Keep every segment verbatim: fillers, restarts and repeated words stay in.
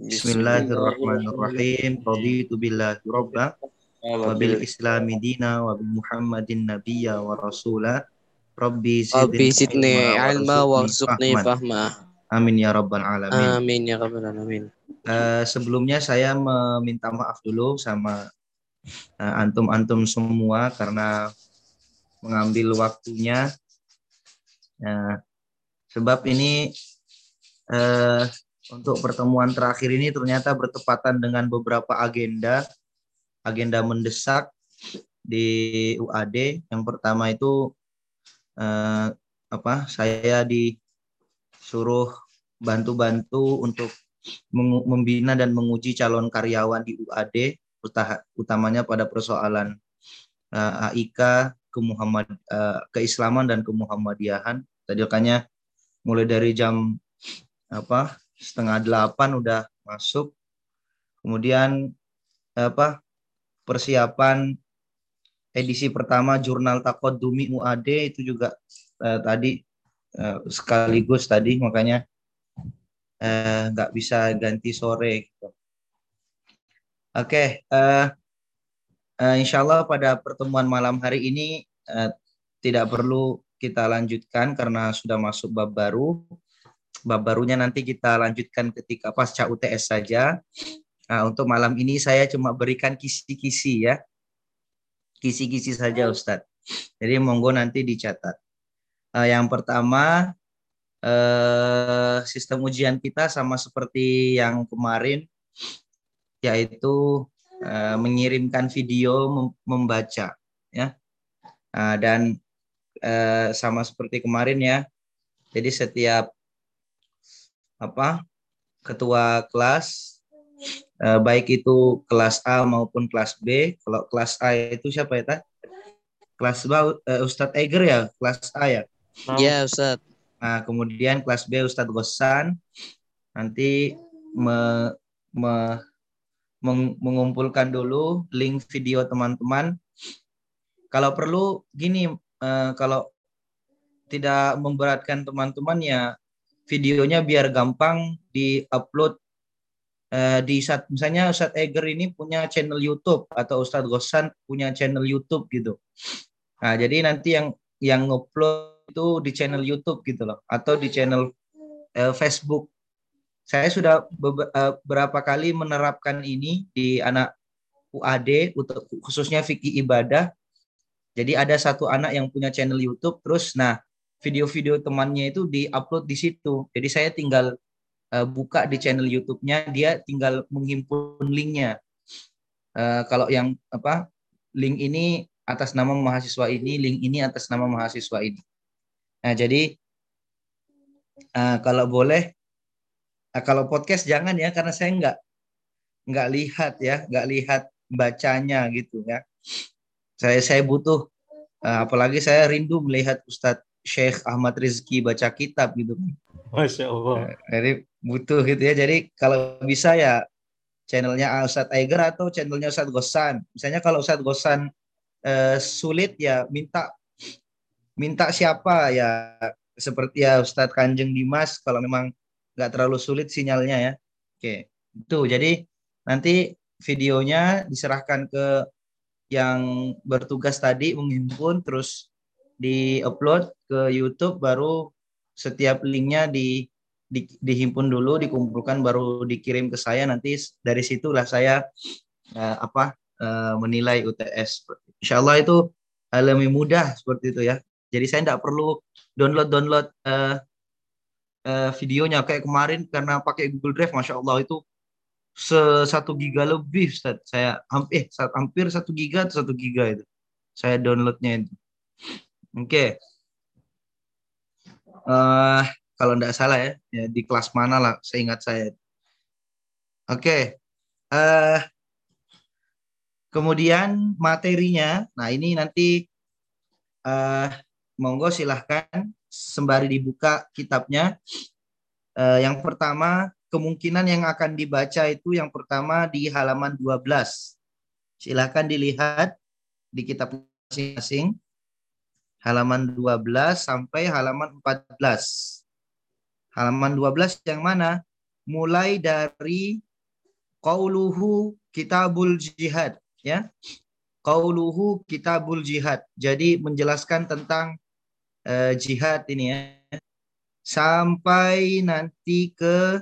Bismillahirrahmanirrahim. Bismillahirrahmanirrahim. Raditu billahi robba wa bil islami dina wa bi Muhammadin nabiyya wa rasula. Rabbi Rabbi zidni zidni ilma ilma warzuqni warzuqni fahman. fahma. Amin ya rabbal alamin. Amin ya rabbal alamin. Uh, sebelumnya saya meminta maaf dulu sama uh, antum-antum semua karena mengambil waktunya. Uh, sebab ini uh, untuk pertemuan terakhir ini ternyata bertepatan dengan beberapa agenda agenda mendesak di U A D. Yang pertama itu eh, apa? Saya disuruh bantu-bantu untuk membina dan menguji calon karyawan di U A D, utamanya pada persoalan eh, A I K, kemuhammad eh, keislaman dan kemuhammadiyahan. Tadi makanya mulai dari jam apa setengah delapan udah masuk, kemudian apa persiapan edisi pertama jurnal Taqaddumi U A D itu juga eh, tadi eh, sekaligus tadi, makanya nggak eh, bisa ganti sore gitu. Oke, eh, eh, insya Allah pada pertemuan malam hari ini eh, tidak perlu kita lanjutkan karena sudah masuk bab baru. Bab barunya nanti kita lanjutkan ketika pasca U T S saja. Nah, untuk malam ini saya cuma berikan kisi-kisi ya. Kisi-kisi saja Ustadz. Jadi monggo nanti dicatat. Uh, yang pertama, uh, sistem ujian kita sama seperti yang kemarin, yaitu uh, mengirimkan video mem membaca, ya. Uh, dan uh, sama seperti kemarin ya. Jadi setiap apa ketua kelas, uh, baik itu kelas A maupun kelas B. Kalau kelas A itu siapa ya? Kelas B uh, Ustadz Eger ya, kelas A ya. Ya Ustaz. Nah, kemudian kelas B Ustadz Gosan nanti me, me, meng, mengumpulkan dulu link video teman-teman. Kalau perlu gini, eh, kalau tidak memberatkan teman-teman ya videonya biar gampang di-upload eh, di saat misalnya Ustadz Eger ini punya channel YouTube atau Ustadz Gosan punya channel YouTube gitu. Nah, jadi nanti yang yang ngupload itu di channel YouTube gitu loh, atau di channel eh, Facebook. Saya sudah beberapa kali menerapkan ini di anak U A D, khususnya fikih ibadah. Jadi ada satu anak yang punya channel YouTube, terus nah video-video temannya itu di-upload di situ. Jadi saya tinggal uh, buka di channel YouTube-nya, dia tinggal menghimpun linknya. Uh, kalau yang apa link ini atas nama mahasiswa ini, link ini atas nama mahasiswa ini. Nah jadi uh, kalau boleh, uh, kalau podcast jangan ya, karena saya nggak nggak lihat ya, nggak lihat bacanya gitu ya. Saya saya butuh, uh, apalagi saya rindu melihat Ustadz Syekh Ahmad Rizki baca kitab gitu. Masya Allah. Uh, jadi butuh gitu ya. Jadi kalau bisa ya channelnya Ustadz Aiger atau channelnya Ustadz Gosan. Misalnya kalau Ustadz Gosan uh, sulit ya minta minta siapa ya, seperti ya Ustadz Kanjeng Dimas kalau memang nggak terlalu sulit sinyalnya ya. Oke, itu jadi nanti videonya diserahkan ke yang bertugas tadi menghimpun, terus di-upload ke YouTube, baru setiap linknya di, di dihimpun dulu, dikumpulkan, baru dikirim ke saya. Nanti dari situlah saya eh, apa eh, menilai U T S. Insya Allah itu eh, lebih mudah seperti itu ya. Jadi saya tidak perlu download-download eh, eh, videonya kayak kemarin karena pakai Google Drive, Masya Allah itu satu giga lebih, Ustaz. Saya hampir eh, hampir satu giga atau satu giga itu. Saya downloadnya itu. Oke. Okay. Uh, kalau tidak salah ya, ya, di kelas mana lah, seingat saya. Oke. Okay. Uh, kemudian materinya, nah ini nanti uh, monggo silahkan sembari dibuka kitabnya. Uh, yang pertama, kemungkinan yang akan dibaca itu yang pertama di halaman dua belas. Silahkan dilihat di kitab masing-masing. Halaman dua belas sampai halaman empat belas. Halaman dua belas yang mana? Mulai dari qauluhu kitabul jihad, ya. Qauluhu kitabul jihad. Jadi menjelaskan tentang uh, jihad ini ya. Sampai nanti ke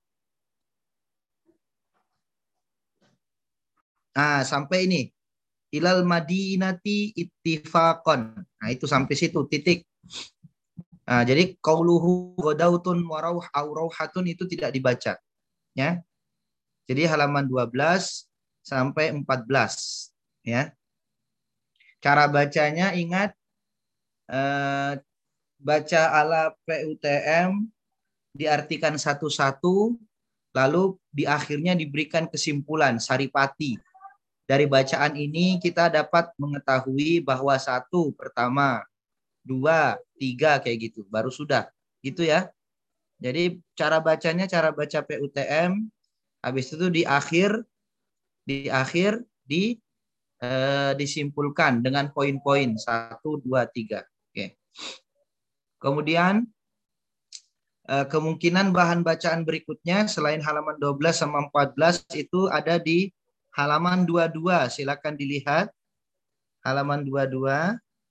ah sampai ini ilal madinati ittifaqan. Nah, itu sampai situ titik. Nah, jadi qauluhu ghadautun wa rauh au rauhatun itu tidak dibaca, ya. Jadi halaman dua belas sampai empat belas, ya. Cara bacanya ingat eh, baca ala P U T M diartikan satu-satu, lalu di akhirnya diberikan kesimpulan saripati. Dari bacaan ini kita dapat mengetahui bahwa satu pertama, dua, tiga kayak gitu, baru sudah, gitu ya. Jadi cara bacanya cara baca P U T M, habis itu di akhir di akhir di eh, disimpulkan dengan poin-poin satu, dua, tiga. Oke. Kemudian eh, kemungkinan bahan bacaan berikutnya selain halaman dua belas sama empat belas itu ada di halaman dua puluh dua, silakan dilihat. Halaman dua puluh dua.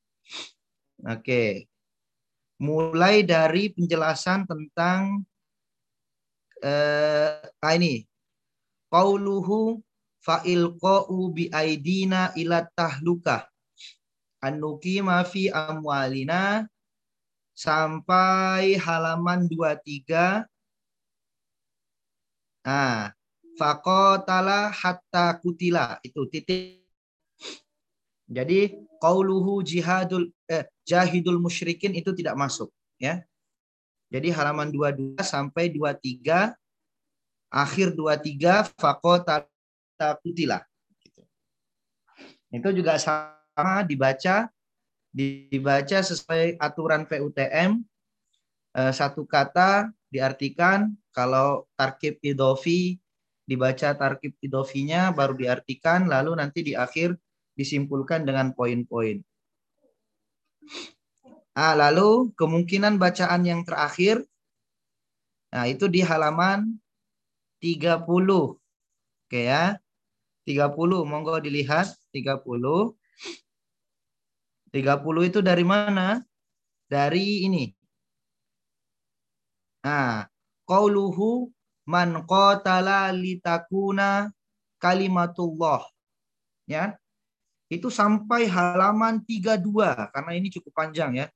Oke. Mulai dari penjelasan tentang eh ah ini. Qauluhu fa'ilqa'u bi aidina ila tahlukah. An-nuqima fi amwalina sampai halaman dua puluh tiga. Nah, faqatala hatta kutila, itu titik. Jadi qauluhu jihadul eh, jahidul musyrikin itu tidak masuk, ya. Jadi halaman dua puluh dua sampai dua puluh tiga, akhir dua puluh tiga faqatala kutila. Gitu. Itu juga sama dibaca dibaca sesuai aturan P U T M. Eh, satu kata diartikan, kalau tarkib idhofi dibaca tarkib idhofinya baru diartikan, lalu nanti di akhir disimpulkan dengan poin-poin. Ah, lalu kemungkinan bacaan yang terakhir, nah itu di halaman tiga puluh. Oke ya, tiga puluh, monggo dilihat tiga puluh. tiga puluh itu dari mana? Dari ini. Nah, qauluhu man qatala litakuna kalimatullah. Ya. Itu sampai halaman tiga puluh dua karena ini cukup panjang ya.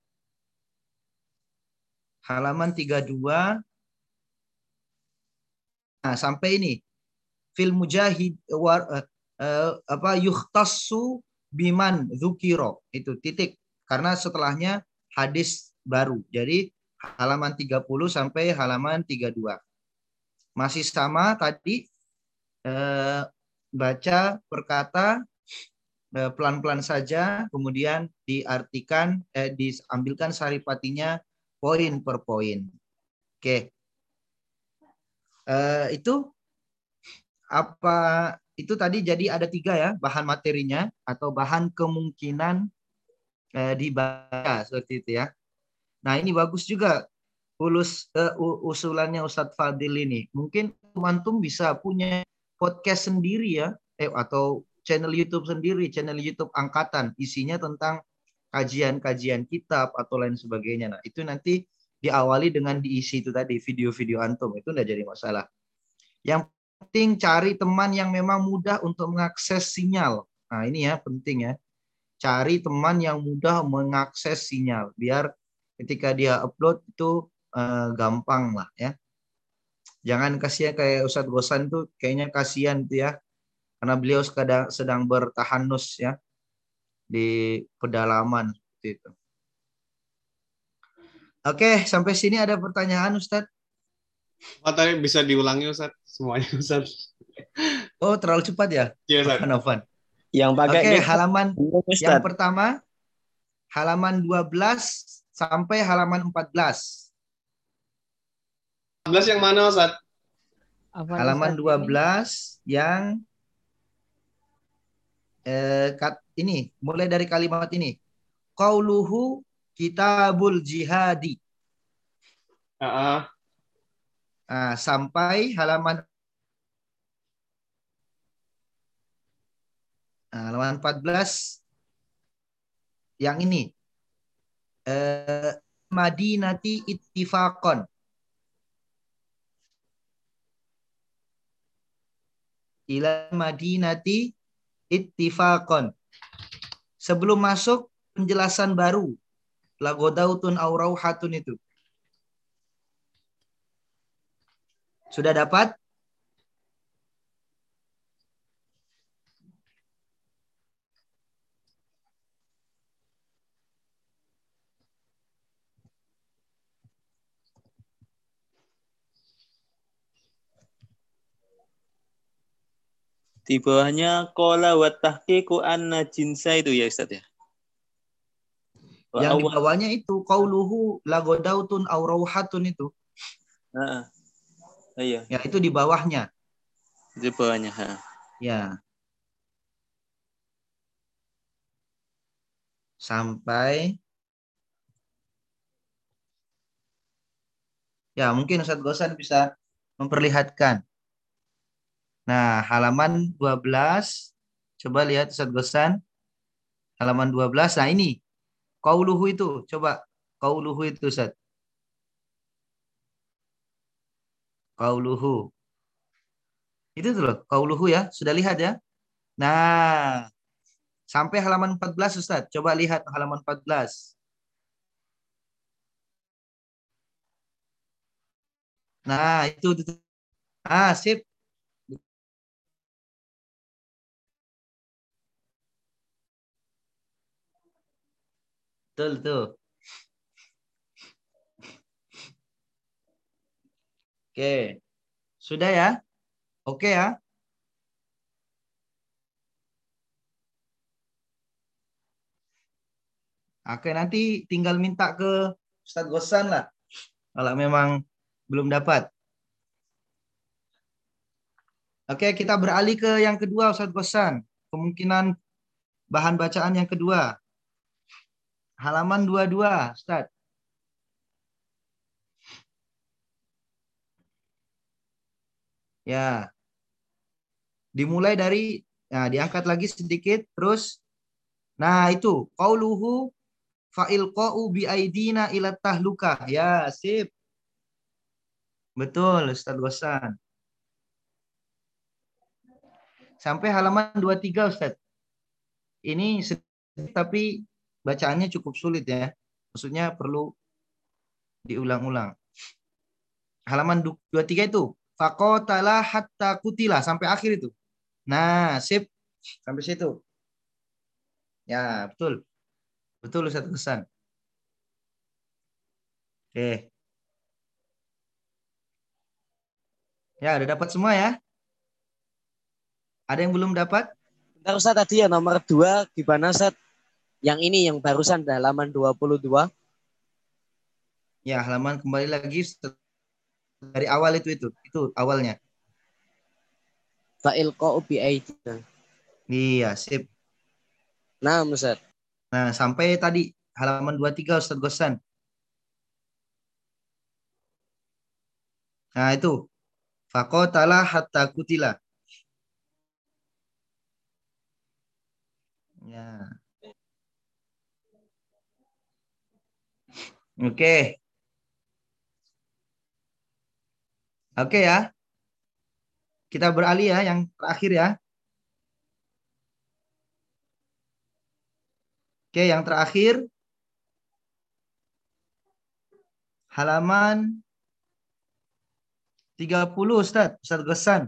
Halaman tiga puluh dua. Nah, sampai ini. Fil mujahid war, uh, uh, apa yukhtassu biman dzukira. Itu titik. Karena setelahnya hadis baru. Jadi halaman tiga puluh sampai halaman tiga puluh dua. Masih sama tadi eh, baca per kata eh, pelan-pelan saja, kemudian diartikan, eh, diambilkan saripatinya poin per poin. Oke, eh, itu apa? Itu tadi jadi ada tiga ya bahan materinya atau bahan kemungkinan eh, dibaca seperti itu ya. Nah ini bagus juga ulus uh, usulannya Ustadz Fadil ini. Mungkin antum bisa punya podcast sendiri ya, eh, atau channel YouTube sendiri, channel YouTube angkatan, isinya tentang kajian-kajian kitab atau lain sebagainya. Nah itu nanti diawali dengan diisi itu tadi video-video antum, itu tidak jadi masalah. Yang penting cari teman yang memang mudah untuk mengakses sinyal. Nah ini ya penting ya, cari teman yang mudah mengakses sinyal, biar ketika dia upload itu Uh, gampang lah ya. Jangan kasihan kayak Ustadz Gosan tuh, kayaknya kasihan tuh ya. Karena beliau sedang, sedang bertahanus ya di pedalaman itu. Oke, sampai sini ada pertanyaan Ustadz? Oh, tadi bisa diulangi Ustadz semuanya Ustadz. Oh, terlalu cepat ya? Iya, Ustadz. Novan. Yang pakai Oke, gitu, halaman Ustadz. yang pertama halaman dua belas sampai halaman empat belas. empat belas yang mana Ustadz? Halaman dua belas yang eh, kat, ini mulai dari kalimat ini. Qauluhu kitabul jihadi. Uh-uh. Nah, sampai halaman Nah, halaman empat belas yang ini. Eh, Madinati ittifaqon. Ila Madinati ittifaqon. Sebelum masuk penjelasan baru. Lagodautun aurauhatun itu. Sudah dapat? Di bawahnya kola wa tahqiqu anna jinsa itu ya Ustaz ya. Wa Yang di awal. bawahnya itu qauluhu lagodautun aurauhatun itu. Heeh. Iya, Ya, itu di bawahnya. di bawahnya. Ha. Ya. Sampai ya, mungkin Ustaz Gosan bisa memperlihatkan. Nah, halaman dua belas. Coba lihat Ustaz Gosan. Halaman dua belas. Nah, ini qauluhu itu. Coba qauluhu itu Ustaz. Qauluhu. Itu tuh loh, qauluhu ya. Sudah lihat ya? Nah, sampai halaman empat belas Ustaz. Coba lihat halaman empat belas. Nah, itu, itu. Ah, sip. Betul tuh. Oke. Sudah ya? Oke ya? Oke, nanti tinggal minta ke Ustadz Gosan lah. Kalau memang belum dapat. Oke, kita beralih ke yang kedua Ustadz Gosan. Kemungkinan bahan bacaan yang kedua. Halaman dua puluh dua, Ustadz. Ya. Dimulai dari, nah diangkat lagi sedikit, terus. Nah itu, qauluhu fa'ilqa'u bi'aidina ila tahluka. Ya, sip. Betul, Ustadz Gosan. Sampai halaman dua puluh tiga, Ustadz. Ini tapi bacaannya cukup sulit ya. Maksudnya perlu diulang-ulang. Halaman dua puluh tiga itu. Faqatala hatta kutila. Sampai akhir itu. Nah, sip. Sampai situ. Ya, betul. Betul Ustaz Hasan. Oke. Ya, udah dapat semua ya? Ada yang belum dapat? Bentar Ustaz, tadi ya nomor dua gimana Ustaz? Yang ini yang barusan halaman dua puluh dua. Ya, halaman kembali lagi dari awal itu itu. Itu awalnya. Fa'il qa'u bi'aidina. Iya, sip. Nah, Ustaz. Nah, sampai tadi halaman dua puluh tiga Ustaz Gosan. Nah, itu. Faqatala hatta kutila. Ya. Oke. Oke ya. Kita beralih ya yang terakhir ya. Oke, yang terakhir halaman tiga puluh Ustaz, Ustaz Gosan.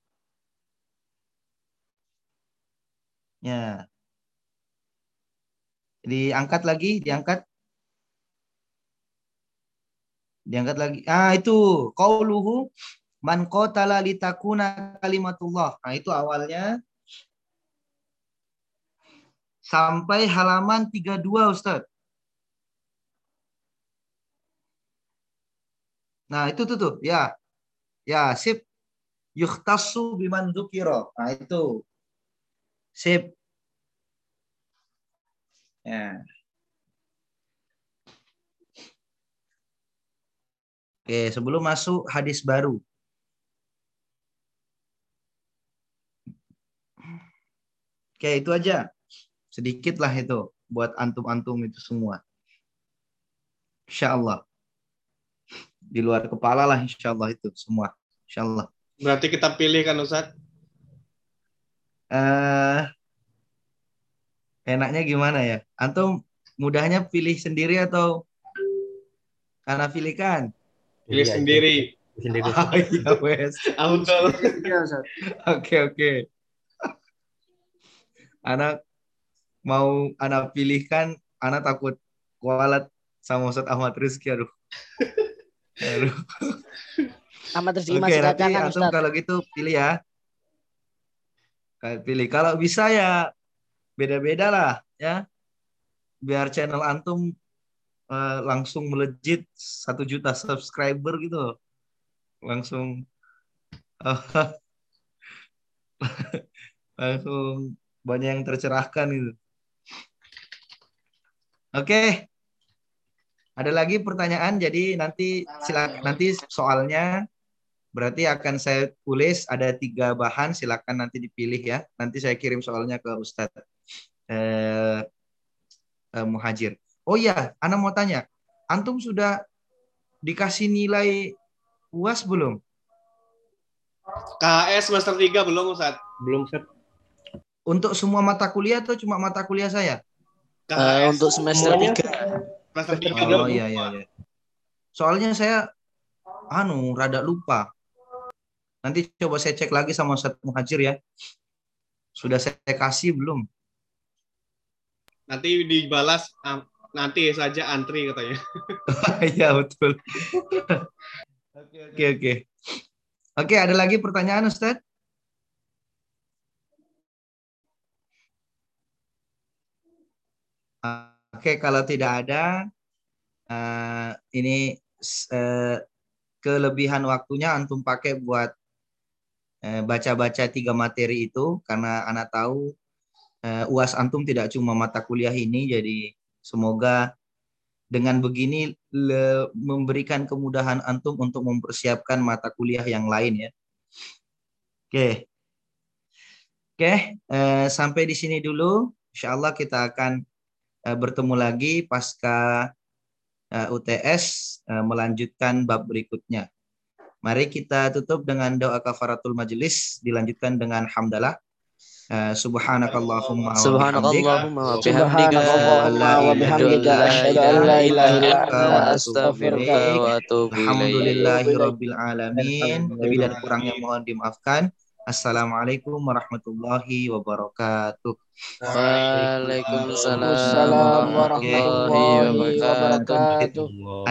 Ya. Diangkat lagi, diangkat. Diangkat lagi. Ah, itu qauluhu man qatala litakuna kalimatullah. Nah, itu awalnya sampai halaman tiga puluh dua Ustaz. Nah, itu tuh tuh, ya. Ya, sip. Yukhtassu biman dzukira. Nah, itu. Sip. Ya. Oke, sebelum masuk hadis baru. Oke, itu aja. Sedikit lah itu buat antum-antum itu semua. Insya Allah. Di luar kepala lah insya Allah itu semua. Insya Allah. Berarti kita pilih kan Ustaz? Eh, enaknya gimana ya? Antum mudahnya pilih sendiri atau karena pilihkan? Pilih Iya, sendiri. Sendiri. Oh iya wes. Auto. Oke oke. Anak mau anak pilihkan, anak takut kualat sama Ustadz Ahmad Rizky, aduh. Aduh. Ahmad Rizky Oke, masih nanti cadangan antum Ustaz. kalau gitu pilih ya. Kayak pilih. Kalau bisa ya beda-beda lah ya. Biar channel antum eh, langsung melejit satu juta subscriber gitu. Langsung langsung banyak yang tercerahkan gitu. Oke. Ada lagi pertanyaan, jadi nanti silakan, nanti soalnya berarti akan saya tulis ada tiga bahan, silakan nanti dipilih ya. Nanti saya kirim soalnya ke Ustadz eh, eh, Muhajir. Oh iya, Ana mau tanya, antum sudah dikasih nilai U A S belum? K H S semester tiga belum Ustaz? Belum Ustaz. Untuk semua mata kuliah atau cuma mata kuliah saya? K H S Eh, untuk semester Semuanya. tiga. semester tiga Oh belum. iya iya iya. Soalnya saya anu rada lupa. Nanti coba saya cek lagi sama Ustadz Muhajir ya. Sudah saya kasih belum? Nanti dibalas ah, nanti saja antri katanya. Iya betul. Oke oke oke. Oke, ada lagi pertanyaan Ustadz? Oke, kalau tidak ada, uh, ini uh, kelebihan waktunya antum pakai buat uh, baca-baca tiga materi itu, karena anak tahu uh, U A S antum tidak cuma mata kuliah ini, jadi semoga dengan begini le, memberikan kemudahan antum untuk mempersiapkan mata kuliah yang lain ya. Oke, oke, uh, sampai di sini dulu. Insya Allah kita akan uh, bertemu lagi pasca uh, U T S uh, melanjutkan bab berikutnya. Mari kita tutup dengan doa kafaratul majelis, dilanjutkan dengan hamdalah. Uh, subhanakallahumma wa Subhanakallahumma wa bihamdika Subhanakallahumma wa bihamdika asyhadu an la ilaha illa anta astaghfiruka wa atubu ilaik. Alhamdulillahi rabbil alamin. Lebih dan kurangnya mohon dimaafkan. Assalamualaikum warahmatullahi wabarakatuh. Waalaikumsalam Waalaikumsalam warahmatullahi warahmatullahi wabarakatuh. wabarakatuh.